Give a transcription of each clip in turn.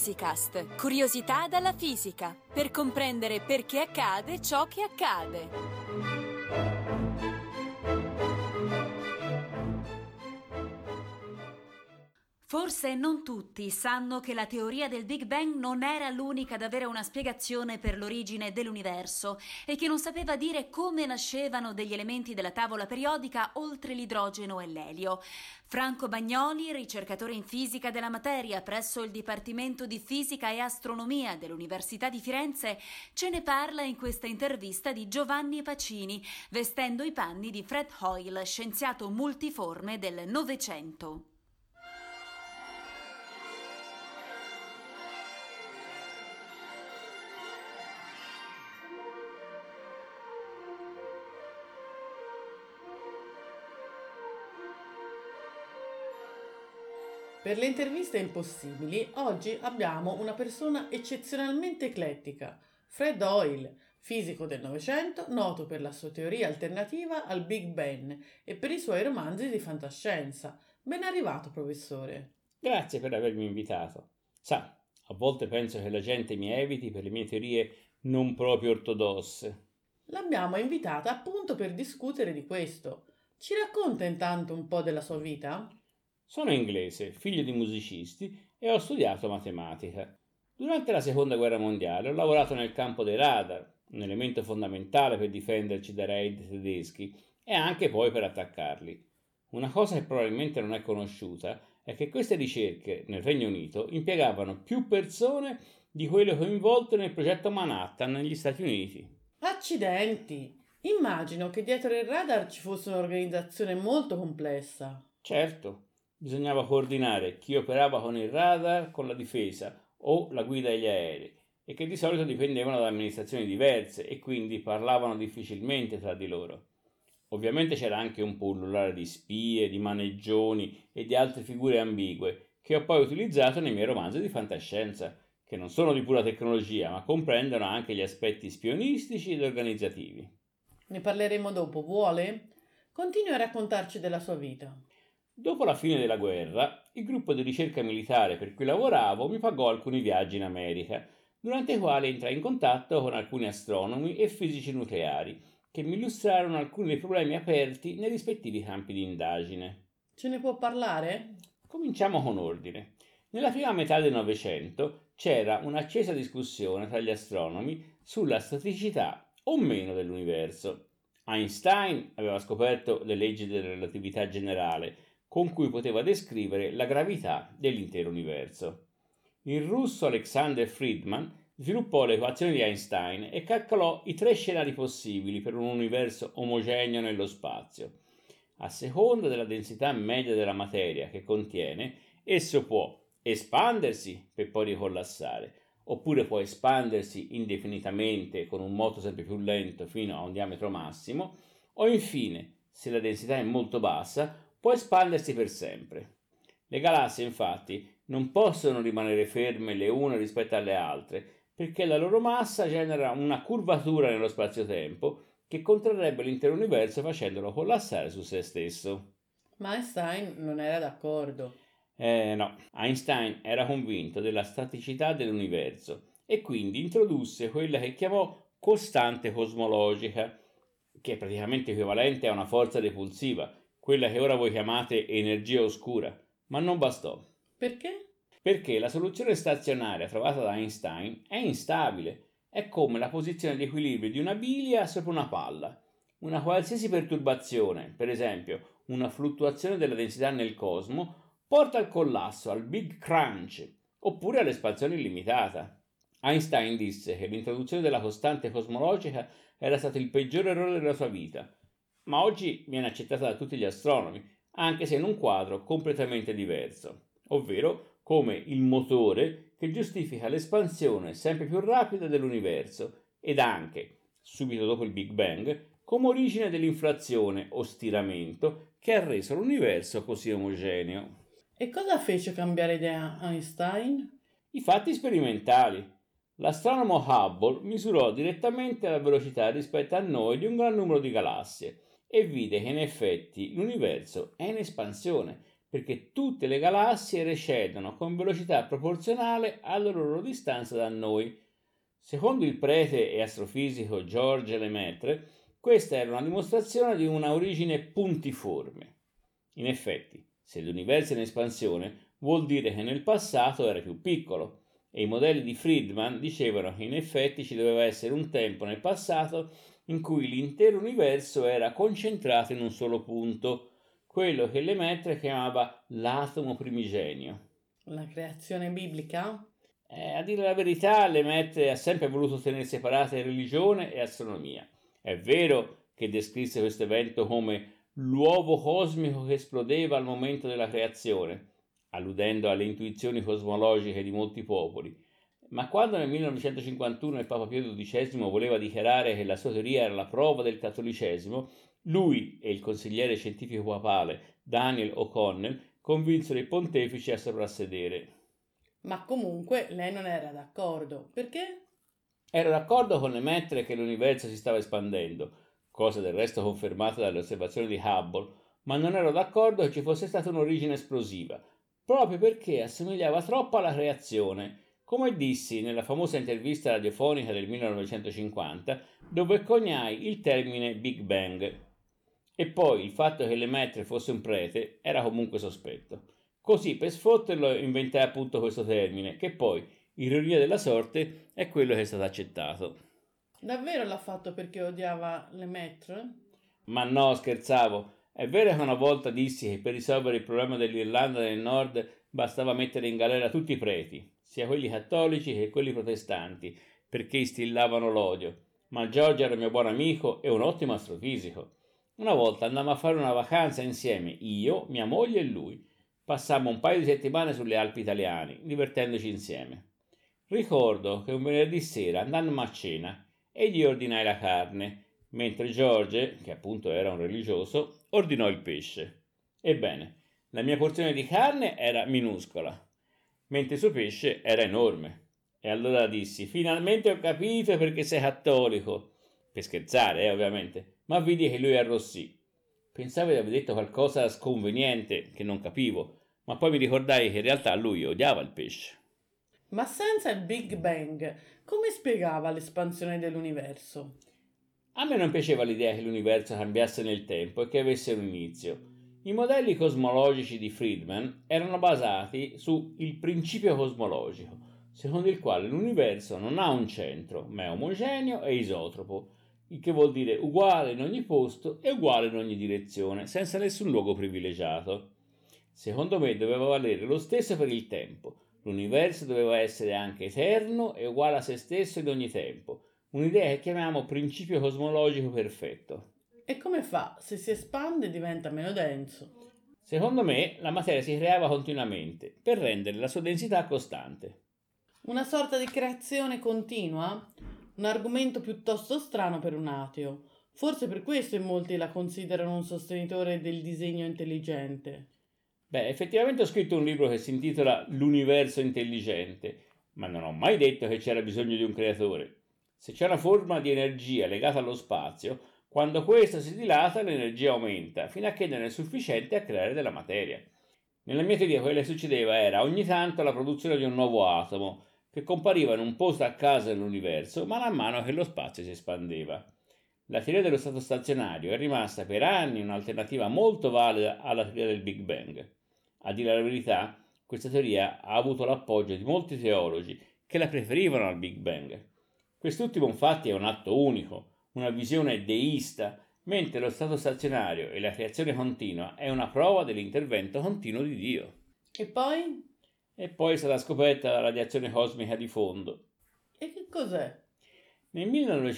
Fisicast, curiosità dalla fisica, per comprendere perché accade ciò che accade. Forse non tutti sanno che la teoria del Big Bang non era l'unica ad avere una spiegazione per l'origine dell'universo e che non sapeva dire come nascevano degli elementi della tavola periodica oltre l'idrogeno e l'elio. Franco Bagnoli, ricercatore in fisica della materia presso il Dipartimento di Fisica e Astronomia dell'Università di Firenze, ce ne parla in questa intervista di Giovanni Pacini, vestendo i panni di Fred Hoyle, scienziato multiforme del Novecento. Per le interviste impossibili, oggi abbiamo una persona eccezionalmente eclettica, Fred Hoyle, fisico del Novecento, noto per la sua teoria alternativa al Big Bang e per i suoi romanzi di fantascienza. Ben arrivato, professore. Grazie per avermi invitato. Sa, a volte penso che la gente mi eviti per le mie teorie non proprio ortodosse. L'abbiamo invitata appunto per discutere di questo. Ci racconta intanto un po' della sua vita? Sono inglese, figlio di musicisti e ho studiato matematica. Durante la seconda guerra mondiale ho lavorato nel campo dei radar, un elemento fondamentale per difenderci dai raid tedeschi e anche poi per attaccarli. Una cosa che probabilmente non è conosciuta è che queste ricerche nel Regno Unito impiegavano più persone di quelle coinvolte nel progetto Manhattan negli Stati Uniti. Accidenti! Immagino che dietro il radar ci fosse un'organizzazione molto complessa. Certo. Bisognava coordinare chi operava con il radar con la difesa o la guida degli aerei e che di solito dipendevano da amministrazioni diverse e quindi parlavano difficilmente tra di loro. Ovviamente c'era anche un pullulare di spie, di maneggioni e di altre figure ambigue che ho poi utilizzato nei miei romanzi di fantascienza, che non sono di pura tecnologia ma comprendono anche gli aspetti spionistici ed organizzativi. Ne parleremo dopo, vuole? Continui a raccontarci della sua vita. Dopo la fine della guerra, il gruppo di ricerca militare per cui lavoravo mi pagò alcuni viaggi in America, durante i quali entrai in contatto con alcuni astronomi e fisici nucleari, che mi illustrarono alcuni dei problemi aperti nei rispettivi campi di indagine. Ce ne può parlare? Cominciamo con ordine. Nella prima metà del Novecento c'era un'accesa discussione tra gli astronomi sulla staticità o meno dell'universo. Einstein aveva scoperto le leggi della relatività generale, con cui poteva descrivere la gravità dell'intero universo. Il russo Alexander Friedman sviluppò le equazioni di Einstein e calcolò i 3 scenari possibili per un universo omogeneo nello spazio. A seconda della densità media della materia che contiene, esso può espandersi per poi ricollassare, oppure può espandersi indefinitamente con un moto sempre più lento fino a un diametro massimo, o infine, se la densità è molto bassa, può espandersi per sempre. Le galassie, infatti, non possono rimanere ferme le une rispetto alle altre, perché la loro massa genera una curvatura nello spazio-tempo che contrarrebbe l'intero universo facendolo collassare su se stesso. Ma Einstein non era d'accordo. No, Einstein era convinto della staticità dell'universo e quindi introdusse quella che chiamò costante cosmologica, che è praticamente equivalente a una forza repulsiva, quella che ora voi chiamate energia oscura, ma non bastò. Perché? Perché la soluzione stazionaria trovata da Einstein è instabile, è come la posizione di equilibrio di una biglia sopra una palla. Una qualsiasi perturbazione, per esempio una fluttuazione della densità nel cosmo, porta al collasso, al Big Crunch, oppure all'espansione illimitata. Einstein disse che l'introduzione della costante cosmologica era stato il peggiore errore della sua vita, ma oggi viene accettata da tutti gli astronomi, anche se in un quadro completamente diverso, ovvero come il motore che giustifica l'espansione sempre più rapida dell'universo ed anche, subito dopo il Big Bang, come origine dell'inflazione o stiramento che ha reso l'universo così omogeneo. E cosa fece cambiare idea Einstein? I fatti sperimentali. L'astronomo Hubble misurò direttamente la velocità rispetto a noi di un gran numero di galassie e vide che in effetti l'universo è in espansione, perché tutte le galassie recedono con velocità proporzionale alla loro distanza da noi. Secondo il prete e astrofisico Georges Lemaitre, questa era una dimostrazione di una origine puntiforme. In effetti, se l'universo è in espansione, vuol dire che nel passato era più piccolo, e i modelli di Friedman dicevano che in effetti ci doveva essere un tempo nel passato in cui l'intero universo era concentrato in un solo punto, quello che Lemaitre chiamava l'atomo primigenio. La creazione biblica? A dire la verità, Lemaitre ha sempre voluto tenere separate religione e astronomia. È vero che descrisse questo evento come l'uovo cosmico che esplodeva al momento della creazione, alludendo alle intuizioni cosmologiche di molti popoli, ma quando nel 1951 il Papa Pio XII voleva dichiarare che la sua teoria era la prova del cattolicesimo, lui e il consigliere scientifico papale Daniel O'Connell convinsero i pontefici a soprassedere. Ma comunque lei non era d'accordo. Perché? Era d'accordo con Lemaitre che l'universo si stava espandendo, cosa del resto confermata dalle osservazioni di Hubble, ma non ero d'accordo che ci fosse stata un'origine esplosiva, proprio perché assomigliava troppo alla creazione, come dissi nella famosa intervista radiofonica del 1950, dove coniai il termine Big Bang. E poi il fatto che Lemaitre fosse un prete era comunque sospetto. Così, per sfotterlo, inventai appunto questo termine, che poi, ironia della sorte, è quello che è stato accettato. Davvero l'ha fatto perché odiava Lemaitre? Ma no, scherzavo. È vero che una volta dissi che per risolvere il problema dell'Irlanda del Nord bastava mettere in galera tutti i preti, sia quelli cattolici che quelli protestanti, perché instillavano l'odio. Ma Giorgio era mio buon amico e un ottimo astrofisico. Una volta andammo a fare una vacanza insieme, io, mia moglie e lui. Passammo un paio di settimane sulle Alpi italiane, divertendoci insieme. Ricordo che un venerdì sera andammo a cena e gli ordinai la carne, mentre George, che appunto era un religioso, ordinò il pesce. Ebbene, la mia porzione di carne era minuscola, mentre il suo pesce era enorme. E allora dissi: finalmente ho capito perché sei cattolico. Per scherzare, ovviamente, ma vidi che lui arrossì. Pensavo di aver detto qualcosa sconveniente che non capivo, ma poi mi ricordai che in realtà lui odiava il pesce. Ma senza il Big Bang, come spiegava l'espansione dell'universo? A me non piaceva l'idea che l'universo cambiasse nel tempo e che avesse un inizio. I modelli cosmologici di Friedman erano basati sul principio cosmologico, secondo il quale l'universo non ha un centro, ma è omogeneo e isotropo, il che vuol dire uguale in ogni posto e uguale in ogni direzione, senza nessun luogo privilegiato. Secondo me doveva valere lo stesso per il tempo. L'universo doveva essere anche eterno e uguale a se stesso in ogni tempo, un'idea che chiamiamo principio cosmologico perfetto. E come fa? Se si espande diventa meno denso. Secondo me la materia si creava continuamente per rendere la sua densità costante. Una sorta di creazione continua? Un argomento piuttosto strano per un ateo. Forse per questo in molti la considerano un sostenitore del disegno intelligente. Beh, effettivamente ho scritto un libro che si intitola L'universo intelligente, ma non ho mai detto che c'era bisogno di un creatore. Se c'è una forma di energia legata allo spazio, quando questa si dilata l'energia aumenta, fino a che non è sufficiente a creare della materia. Nella mia teoria quello che succedeva era ogni tanto la produzione di un nuovo atomo, che compariva in un posto a caso nell'universo man mano che lo spazio si espandeva. La teoria dello stato stazionario è rimasta per anni un'alternativa molto valida alla teoria del Big Bang. A dire la verità, questa teoria ha avuto l'appoggio di molti teologi che la preferivano al Big Bang. Quest'ultimo infatti è un atto unico, una visione deista, mentre lo stato stazionario e la creazione continua è una prova dell'intervento continuo di Dio. E poi? E poi è stata scoperta la radiazione cosmica di fondo. E che cos'è? Nel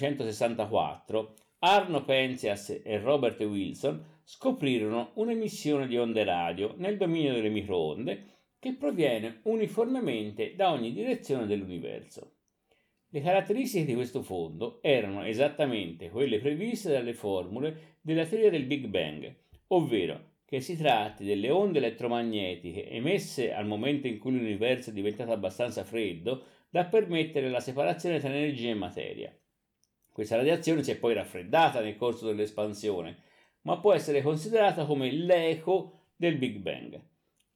1964 Arno Penzias e Robert Wilson scoprirono un'emissione di onde radio nel dominio delle microonde che proviene uniformemente da ogni direzione dell'universo. Le caratteristiche di questo fondo erano esattamente quelle previste dalle formule della teoria del Big Bang, ovvero che si tratti delle onde elettromagnetiche emesse al momento in cui l'universo è diventato abbastanza freddo da permettere la separazione tra energia e materia. Questa radiazione si è poi raffreddata nel corso dell'espansione, ma può essere considerata come l'eco del Big Bang.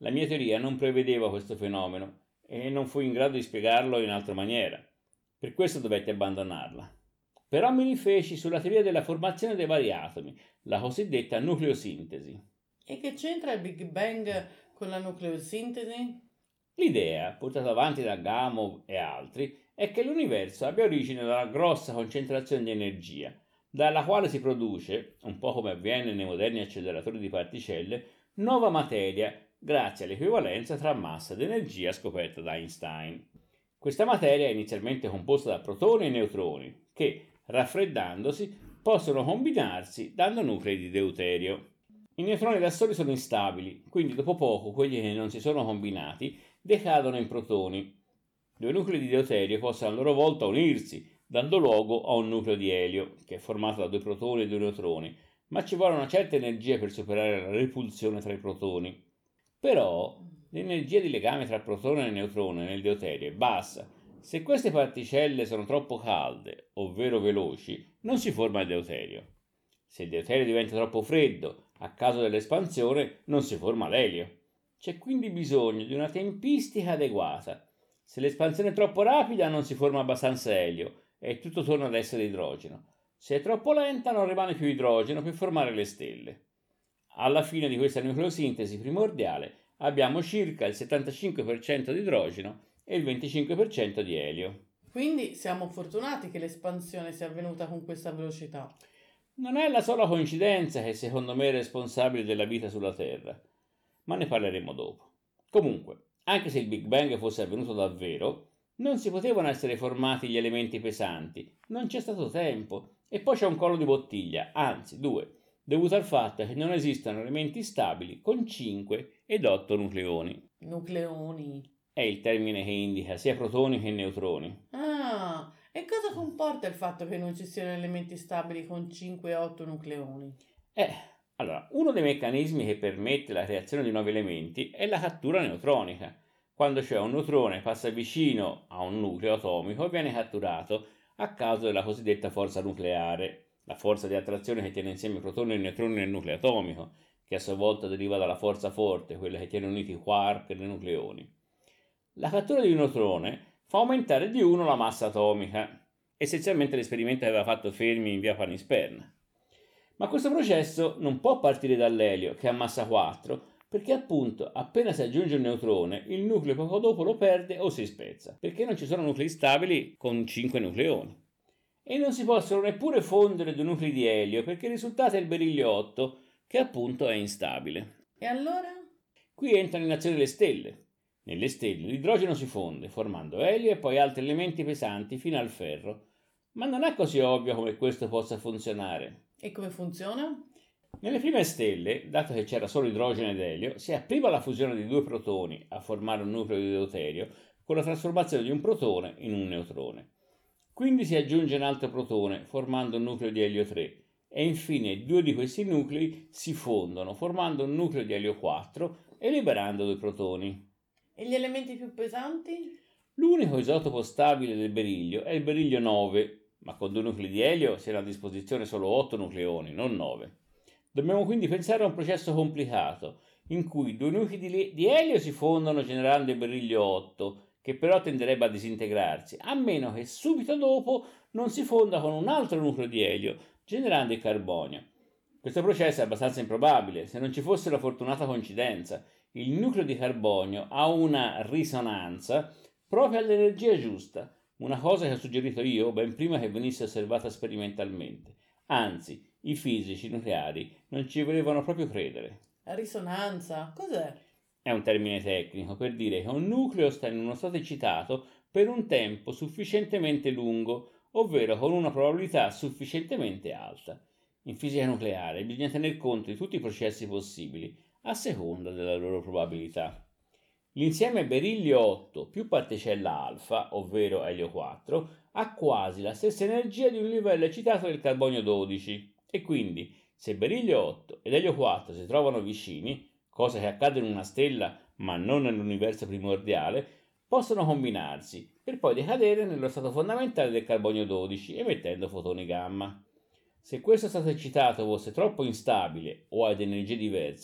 la mia teoria non prevedeva questo fenomeno e non fui in grado di spiegarlo in altra maniera. Per questo dovetti abbandonarla. Però mi rifeci sulla teoria della formazione dei vari atomi, la cosiddetta nucleosintesi. E che c'entra il Big Bang con la nucleosintesi? L'idea, portata avanti da Gamow e altri, è che l'universo abbia origine da una grossa concentrazione di energia, dalla quale si produce, un po' come avviene nei moderni acceleratori di particelle, nuova materia grazie all'equivalenza tra massa ed energia scoperta da Einstein. Questa materia è inizialmente composta da protoni e neutroni che, raffreddandosi, possono combinarsi dando nuclei di deuterio. I neutroni da soli sono instabili, quindi dopo poco quelli che non si sono combinati decadono in protoni. Due nuclei di deuterio possono a loro volta unirsi, dando luogo a un nucleo di elio, che è formato da due protoni e due neutroni, ma ci vuole una certa energia per superare la repulsione tra i protoni. Però l'energia di legame tra protone e neutrone nel deuterio è bassa. Se queste particelle sono troppo calde, ovvero veloci, non si forma il deuterio. Se il deuterio diventa troppo freddo, a causa dell'espansione, non si forma l'elio. C'è quindi bisogno di una tempistica adeguata. Se l'espansione è troppo rapida, non si forma abbastanza elio e tutto torna ad essere idrogeno. Se è troppo lenta, non rimane più idrogeno per formare le stelle. Alla fine di questa nucleosintesi primordiale abbiamo circa il 75% di idrogeno e il 25% di elio. Quindi siamo fortunati che l'espansione sia avvenuta con questa velocità. Non è la sola coincidenza che secondo me è responsabile della vita sulla Terra, ma ne parleremo dopo. Comunque, anche se il Big Bang fosse avvenuto davvero, non si potevano essere formati gli elementi pesanti, non c'è stato tempo, e poi c'è un collo di bottiglia, anzi due, dovuto al fatto che non esistono elementi stabili con 5 ed 8 nucleoni. Nucleoni. È il termine che indica sia protoni che neutroni. Ah, e cosa comporta il fatto che non ci siano elementi stabili con 5 e 8 nucleoni? Allora, uno dei meccanismi che permette la creazione di nuovi elementi è la cattura neutronica, quando cioè un neutrone passa vicino a un nucleo atomico e viene catturato a causa della cosiddetta forza nucleare, la forza di attrazione che tiene insieme protoni e neutroni nel nucleo atomico, che a sua volta deriva dalla forza forte, quella che tiene uniti i quark nei nucleoni. La cattura di un neutrone fa aumentare di 1 la massa atomica, essenzialmente l'esperimento che aveva fatto Fermi in via Panisperna. Ma questo processo non può partire dall'elio, che ha massa 4, perché appunto appena si aggiunge un neutrone, il nucleo poco dopo lo perde o si spezza, perché non ci sono nuclei stabili con 5 nucleoni. E non si possono neppure fondere due nuclei di elio, perché il risultato è il berillio 8, che appunto è instabile. E allora? Qui entrano in azione le stelle. Nelle stelle l'idrogeno si fonde, formando elio e poi altri elementi pesanti fino al ferro. Ma non è così ovvio come questo possa funzionare. E come funziona? Nelle prime stelle, dato che c'era solo idrogeno ed elio, si apriva la fusione di due protoni a formare un nucleo di deuterio con la trasformazione di un protone in un neutrone. Quindi si aggiunge un altro protone formando un nucleo di elio 3 e infine due di questi nuclei si fondono formando un nucleo di elio 4 e liberando due protoni. E gli elementi più pesanti? L'unico isotopo stabile del berillio è il berillio 9, ma con due nuclei di elio si hanno a disposizione solo 8 nucleoni, non 9. Dobbiamo quindi pensare a un processo complicato, in cui due nuclei di elio si fondono generando il berillio 8, che però tenderebbe a disintegrarsi, a meno che subito dopo non si fonda con un altro nucleo di elio, generando il carbonio. Questo processo è abbastanza improbabile, se non ci fosse la fortunata coincidenza. Il nucleo di carbonio ha una risonanza proprio all'energia giusta, una cosa che ho suggerito io ben prima che venisse osservata sperimentalmente. Anzi, i fisici nucleari non ci volevano proprio credere. La risonanza, cos'è? È un termine tecnico per dire che un nucleo sta in uno stato eccitato per un tempo sufficientemente lungo, ovvero con una probabilità sufficientemente alta. In fisica nucleare bisogna tener conto di tutti i processi possibili, a seconda della loro probabilità. L'insieme berillio 8 più particella alfa, ovvero elio 4, ha quasi la stessa energia di un livello eccitato del carbonio 12 e quindi se berillio 8 ed elio 4 si trovano vicini, cosa che accade in una stella ma non nell'universo primordiale, possono combinarsi per poi decadere nello stato fondamentale del carbonio 12 emettendo fotoni gamma. Se questo stato eccitato fosse troppo instabile o ad energie diverse,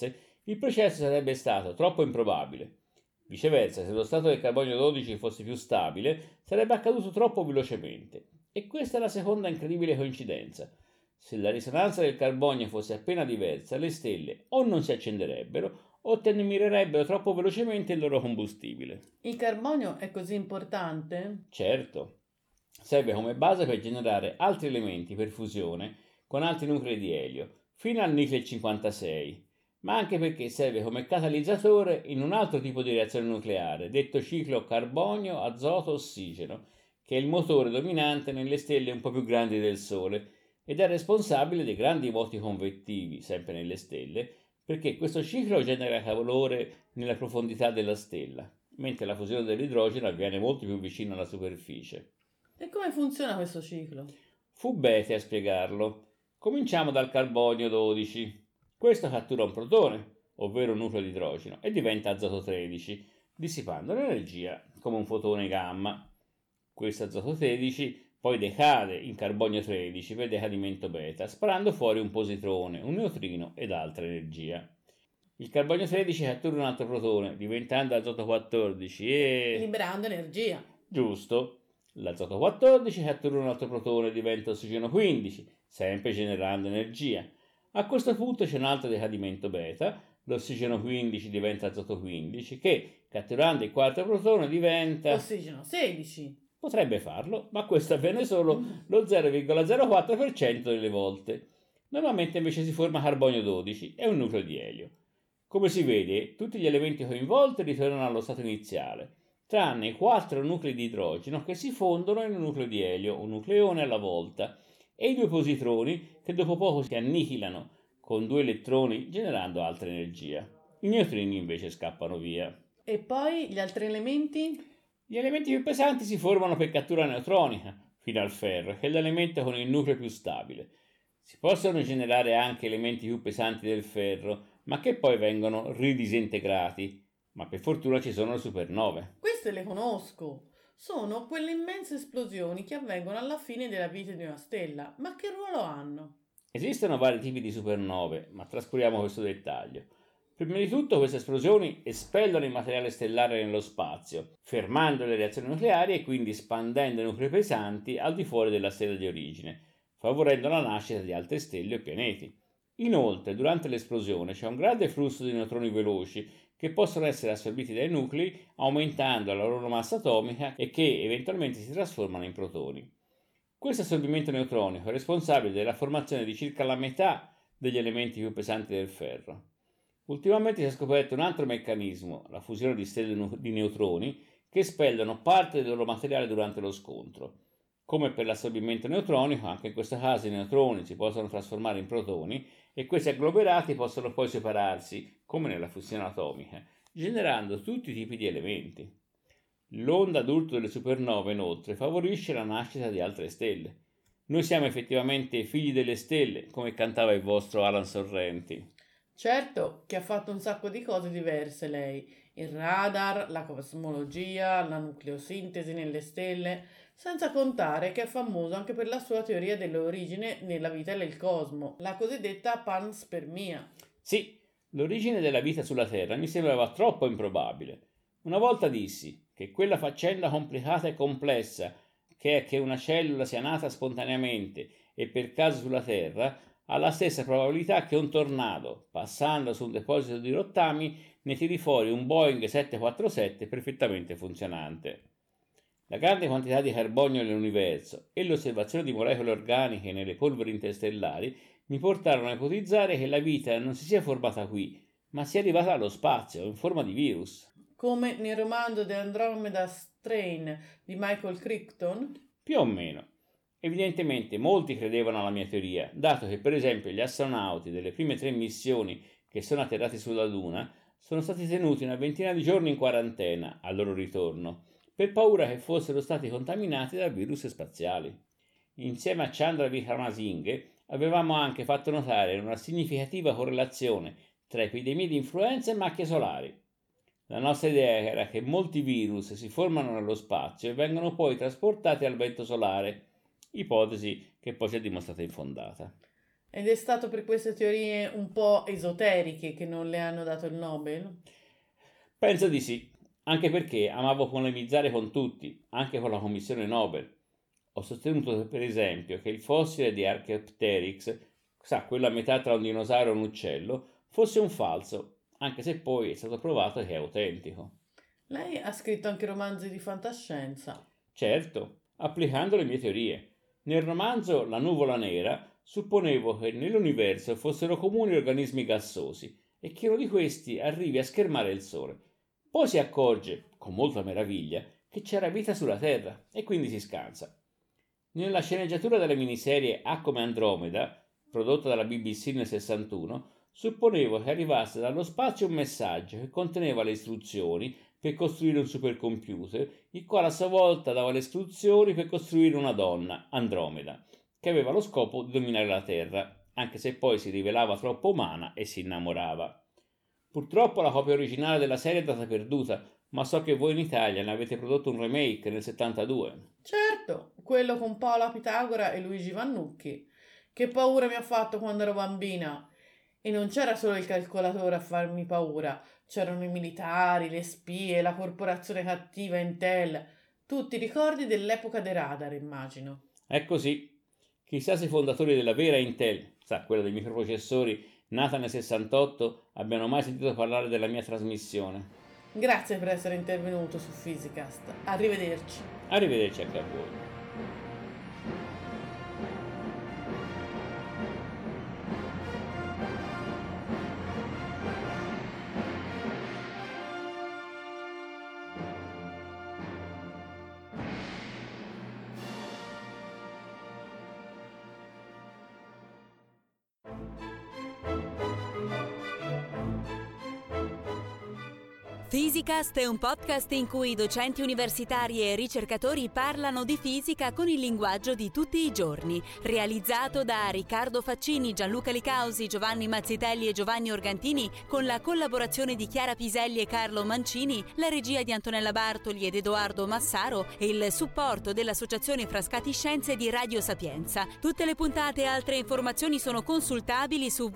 il processo sarebbe stato troppo improbabile. Viceversa, se lo stato del carbonio 12 fosse più stabile, sarebbe accaduto troppo velocemente. E questa è la seconda incredibile coincidenza. Se la risonanza del carbonio fosse appena diversa, le stelle o non si accenderebbero o terminerebbero troppo velocemente il loro combustibile. Il carbonio è così importante? Certo, serve come base per generare altri elementi per fusione con altri nuclei di elio, fino al nickel 56, ma anche perché serve come catalizzatore in un altro tipo di reazione nucleare, detto ciclo carbonio-azoto-ossigeno, che è il motore dominante nelle stelle un po' più grandi del Sole ed è responsabile dei grandi vuoti convettivi, sempre nelle stelle, perché questo ciclo genera calore nella profondità della stella, mentre la fusione dell'idrogeno avviene molto più vicino alla superficie. E come funziona questo ciclo? Fu Bethe a spiegarlo. Cominciamo dal carbonio 12. Questo cattura un protone, ovvero un nucleo di idrogeno, e diventa azoto 13, dissipando l'energia come un fotone gamma. Questo azoto 13 poi decade in carbonio 13 per decadimento beta, sparando fuori un positrone, un neutrino ed altra energia. Il carbonio 13 cattura un altro protone, diventando azoto 14 e... liberando energia. Giusto. L'azoto 14 cattura un altro protone, diventa ossigeno 15, sempre generando energia. A questo punto c'è un altro decadimento beta, l'ossigeno 15 diventa azoto 15, che, catturando il quarto protone, diventa... ossigeno 16. Potrebbe farlo, ma questo avviene solo lo 0,04% delle volte. Normalmente invece si forma carbonio 12 e un nucleo di elio. Come si vede, tutti gli elementi coinvolti ritornano allo stato iniziale, tranne i 4 nuclei di idrogeno che si fondono in un nucleo di elio, un nucleone alla volta, e i 2 positroni che dopo poco si annichilano con 2 elettroni generando altra energia. I neutrini invece scappano via. E poi gli altri elementi? Gli elementi più pesanti si formano per cattura neutronica, fino al ferro, che è l'elemento con il nucleo più stabile. Si possono generare anche elementi più pesanti del ferro, ma che poi vengono ridisintegrati. Ma per fortuna ci sono le supernove. Queste le conosco. Sono quelle immense esplosioni che avvengono alla fine della vita di una stella. Ma che ruolo hanno? Esistono vari tipi di supernove, ma trascuriamo questo dettaglio. Prima di tutto queste esplosioni espellono il materiale stellare nello spazio, fermando le reazioni nucleari e quindi espandendo i nuclei pesanti al di fuori della stella di origine, favorendo la nascita di altre stelle o pianeti. Inoltre, durante l'esplosione c'è un grande flusso di neutroni veloci che possono essere assorbiti dai nuclei aumentando la loro massa atomica e che eventualmente si trasformano in protoni. Questo assorbimento neutronico è responsabile della formazione di circa la metà degli elementi più pesanti del ferro. Ultimamente si è scoperto un altro meccanismo, la fusione di stelle di neutroni, che espellono parte del loro materiale durante lo scontro. Come per l'assorbimento neutronico, anche in questo caso i neutroni si possono trasformare in protoni e questi agglomerati possono poi separarsi, come nella fusione atomica, generando tutti i tipi di elementi. L'onda d'urto delle supernove, inoltre, favorisce la nascita di altre stelle. Noi siamo effettivamente figli delle stelle, come cantava il vostro Alan Sorrenti. Certo che ha fatto un sacco di cose diverse lei. Il radar, la cosmologia, la nucleosintesi nelle stelle, senza contare che è famoso anche per la sua teoria dell'origine nella vita del cosmo, la cosiddetta panspermia. Sì, l'origine della vita sulla Terra mi sembrava troppo improbabile. Una volta dissi che quella faccenda complicata e complessa, che è che una cellula sia nata spontaneamente e per caso sulla Terra, ha la stessa probabilità che un tornado, passando su un deposito di rottami, ne tiri fuori un Boeing 747 perfettamente funzionante. La grande quantità di carbonio nell'universo e l'osservazione di molecole organiche nelle polveri interstellari mi portarono a ipotizzare che la vita non si sia formata qui, ma sia arrivata dallo spazio in forma di virus. Come nel romanzo The Andromeda Strain di Michael Crichton? Più o meno. Evidentemente molti credevano alla mia teoria, dato che per esempio gli astronauti delle prime 3 missioni che sono atterrati sulla Luna sono stati tenuti una ventina di giorni in quarantena al loro ritorno, per paura che fossero stati contaminati da virus spaziali. Insieme a Chandra Wickramasinghe avevamo anche fatto notare una significativa correlazione tra epidemie di influenza e macchie solari. La nostra idea era che molti virus si formano nello spazio e vengono poi trasportati al vento solare, ipotesi che poi si è dimostrata infondata. Ed è stato per queste teorie un po' esoteriche che non le hanno dato il Nobel? Penso di sì, anche perché amavo polemizzare con tutti, anche con la commissione Nobel. Ho sostenuto per esempio che il fossile di Archaeopteryx, quello a metà tra un dinosauro e un uccello, fosse un falso, anche se poi è stato provato che è autentico. Lei ha scritto anche romanzi di fantascienza. Certo, applicando le mie teorie. Nel romanzo La nuvola nera supponevo che nell'universo fossero comuni organismi gassosi e che uno di questi arrivi a schermare il Sole. Poi si accorge, con molta meraviglia, che c'era vita sulla Terra e quindi si scansa. Nella sceneggiatura della miniserie A come Andromeda, prodotta dalla BBC nel 61, supponevo che arrivasse dallo spazio un messaggio che conteneva le istruzioni per costruire un supercomputer, il quale a sua volta dava le istruzioni per costruire una donna, Andromeda, che aveva lo scopo di dominare la Terra, anche se poi si rivelava troppo umana e si innamorava. Purtroppo la copia originale della serie è andata perduta, ma so che voi in Italia ne avete prodotto un remake nel 72. Certo, quello con Paola Pitagora e Luigi Vannucchi. Che paura mi ha fatto quando ero bambina. E non c'era solo il calcolatore a farmi paura, c'erano i militari, le spie, la corporazione cattiva Intel, tutti ricordi dell'epoca dei radar, immagino. È così. Chissà se i fondatori della vera Intel, quella dei microprocessori, nata nel 68, abbiano mai sentito parlare della mia trasmissione. Grazie per essere intervenuto su Physicast. Arrivederci. Arrivederci anche a voi. Physicast è un podcast in cui docenti universitari e ricercatori parlano di fisica con il linguaggio di tutti i giorni. Realizzato da Riccardo Faccini, Gianluca Licausi, Giovanni Mazzitelli e Giovanni Organtini, con la collaborazione di Chiara Piselli e Carlo Mancini, la regia di Antonella Bartoli ed Edoardo Massaro e il supporto dell'Associazione Frascati Scienze di Radio Sapienza. Tutte le puntate e altre informazioni sono consultabili su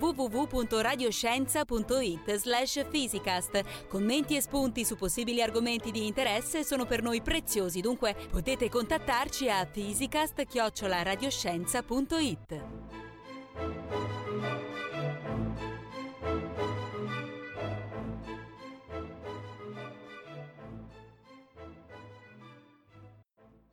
www.radioscienza.it/physicast. Commenti e spunti su possibili argomenti di interesse sono per noi preziosi, dunque potete contattarci a physicast@radioscienza.it.